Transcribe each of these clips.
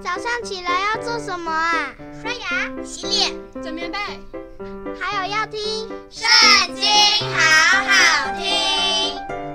早上起来要做什么啊？ 刷牙、洗脸、 整棉被， 还有要听《 圣经》，好好听。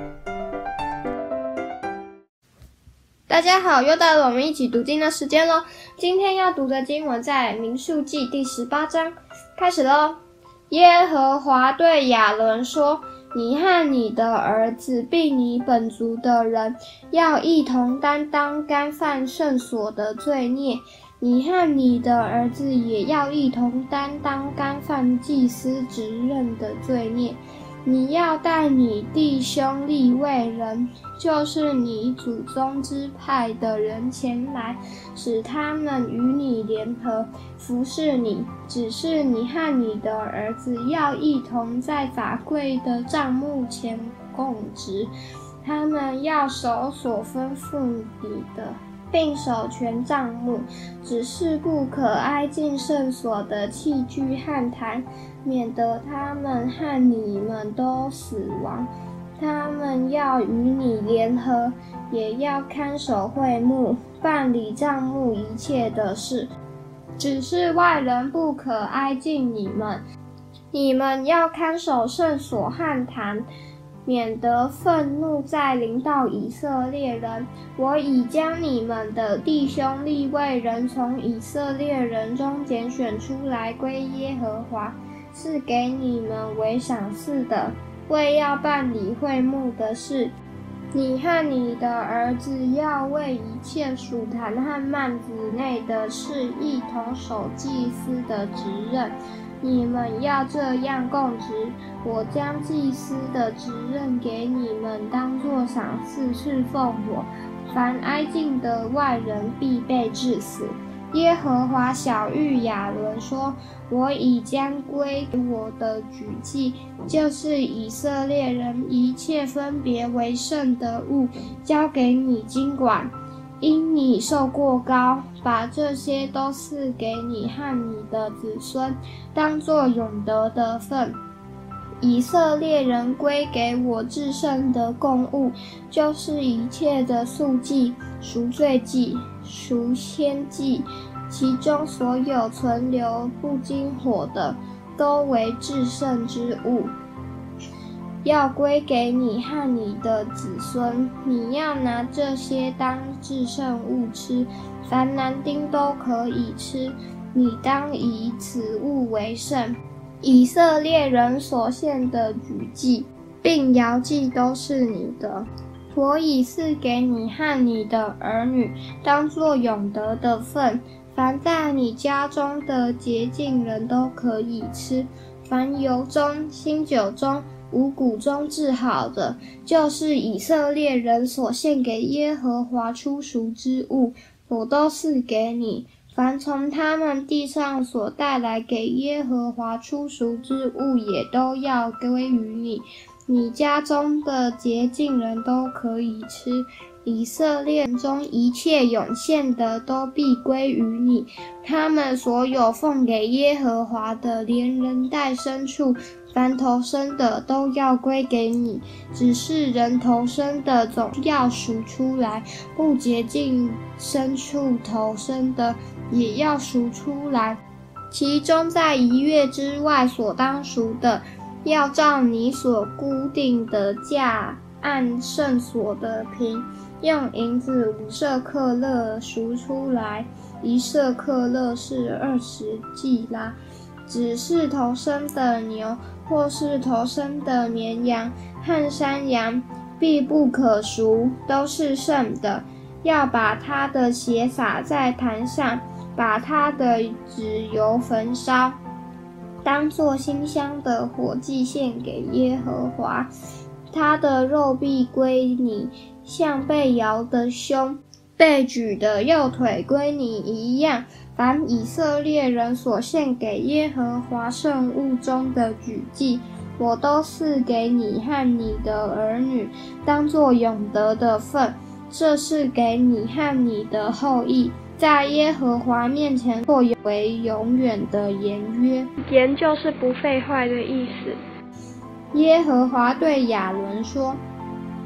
大家好，又到了我们一起读经的时间咯。今天要读的经文在民数记第18章，开始咯。耶和华对亚伦说，你和你的儿子并你本族的人要一同担当干犯圣所的罪孽，你和你的儿子也要一同担当干犯祭司职任的罪孽。你要带你弟兄利未人，就是你祖宗支派的人前来，使他们与你联合，服侍你。只是你和你的儿子要一同在法柜的帐幕前供职，他们要守所吩咐你的，并守全帐幕，只是不可挨近圣所的器具和坛，免得他们和你们都死亡。他们要与你联合，也要看守会幕，办理帐幕一切的事。只是外人不可挨近你们，你们要看守圣所和坛，免得愤怒再临到以色列人。我已将你们的弟兄利未人从以色列人中拣选出来归耶和华，是给你们为赏赐的，为要办理会幕的事。你和你的儿子要为一切属坛和幔子内的事一同守祭司的职任。你们要这样供职，我将祭司的职任给你们当作赏赐侍奉我。凡挨近的外人必被治死。耶和华晓谕亚伦说，我已将归给我的举祭，就是以色列人一切分别为圣的物，交给你经管。因你受过膏，把这些都赐给你和你的子孙，当作永得的份。以色列人归给我至圣的供物，就是一切的素祭、赎罪祭、赎愆祭，其中所有存留不经火的，都为至圣之物，要归给你和你的子孙。你要拿这些当至圣物吃，凡男丁都可以吃，你当以此物为圣。以色列人所献的举祭并摇祭都是你的，我已赐给你和你的儿女，当作永得的份。凡在你家中的洁净人都可以吃，凡油中、新酒中、五谷中制好的，就是以色列人所献给耶和华初熟之物，我都赐给你。凡从他们地上所带来给耶和华初熟之物，也都要归于你。你家中的洁净人都可以吃，以色列人中一切涌现的都必归于你。他们所有奉给耶和华的，连人带牲畜，凡头生的都要归给你。只是人头生的总要赎出来，不洁净牲畜头生的也要赎出来。其中在1月之外所当赎的，要照你所固定的价按圣所的平，用银子5舍克勒赎出来，1舍克勒是20季拉。只是头生的牛，或是头生的绵羊和山羊，必不可赎，都是圣的。要把它的血洒在坛上，把它的脂油焚烧，当作馨香的火祭献给耶和华。它的肉必归你，像被摇的胸、被举的右腿归你一样。凡以色列人所献给耶和华圣物中的举祭，我都赐给你和你的儿女，当作永得的份。这是给你和你的后裔，在耶和华面前作为永远的言约。言就是不废坏的意思。耶和华对亚伦说，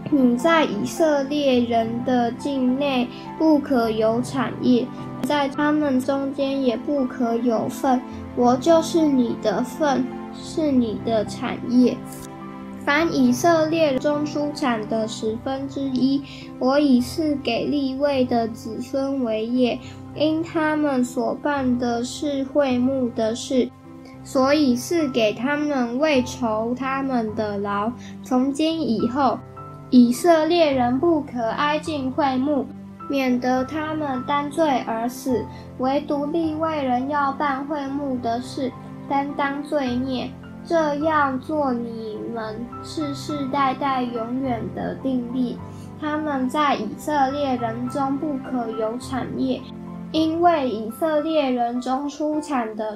你在以色列人的境内不可有产业，在他们中间也不可有份。我就是你的份，是你的产业。凡以色列中出产的1/10，我已赐给利未的子孙为业，因他们所办的是会幕的事，所以赐给他们为酬他们的劳。从今以后，以色列人不可挨近会幕，免得他们担罪而死。唯独利未人要办会幕的事，担当罪孽。这样做，你们世世代代永远的定例。他们在以色列人中不可有产业，因为以色列人中出产的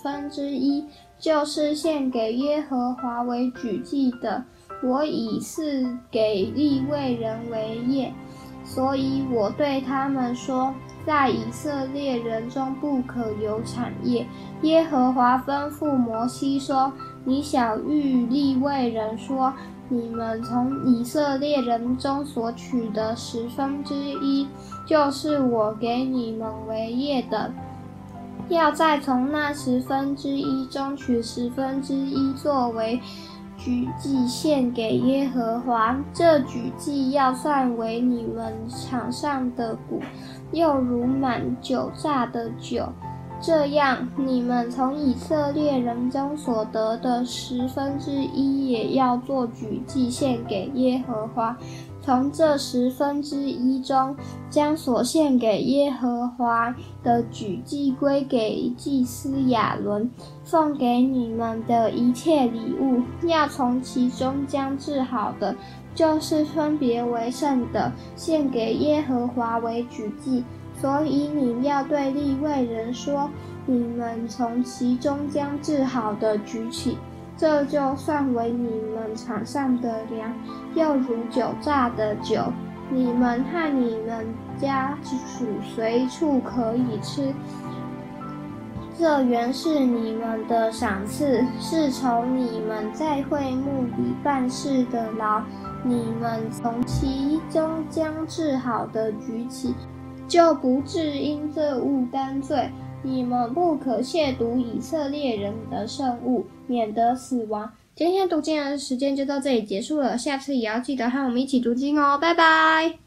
1/10，就是献给耶和华为举祭的，我已赐给利未人为业。所以我对他们说，在以色列人中不可有产业。耶和华吩咐摩西说，你晓谕利未人说，你们从以色列人中所取的1/10，就是我给你们为业的，要再从那1/10中取1/10作为举祭献给耶和华。这举祭要算为你们场上的谷，又如满酒榨的酒。这样，你们从以色列人中所得的1/10也要做举祭献给耶和华。从这1/10中，将所献给耶和华的举祭归给祭司亚伦。奉给你们的一切礼物，要从其中将治好的，就是分别为圣的，献给耶和华为举祭。所以你要对利未人说，你们从其中将治好的举起，这就算为你们场上的粮，又如酒榨的酒。你们和你们家属随处可以吃。这原是你们的赏赐，是酬你们在会幕里办事的劳。你们从其中将治好的举起，就不致因这物担罪。你们不可亵渎以色列人的圣物，免得死亡。今天读经的时间就到这里结束了，下次也要记得和我们一起读经哦，拜拜。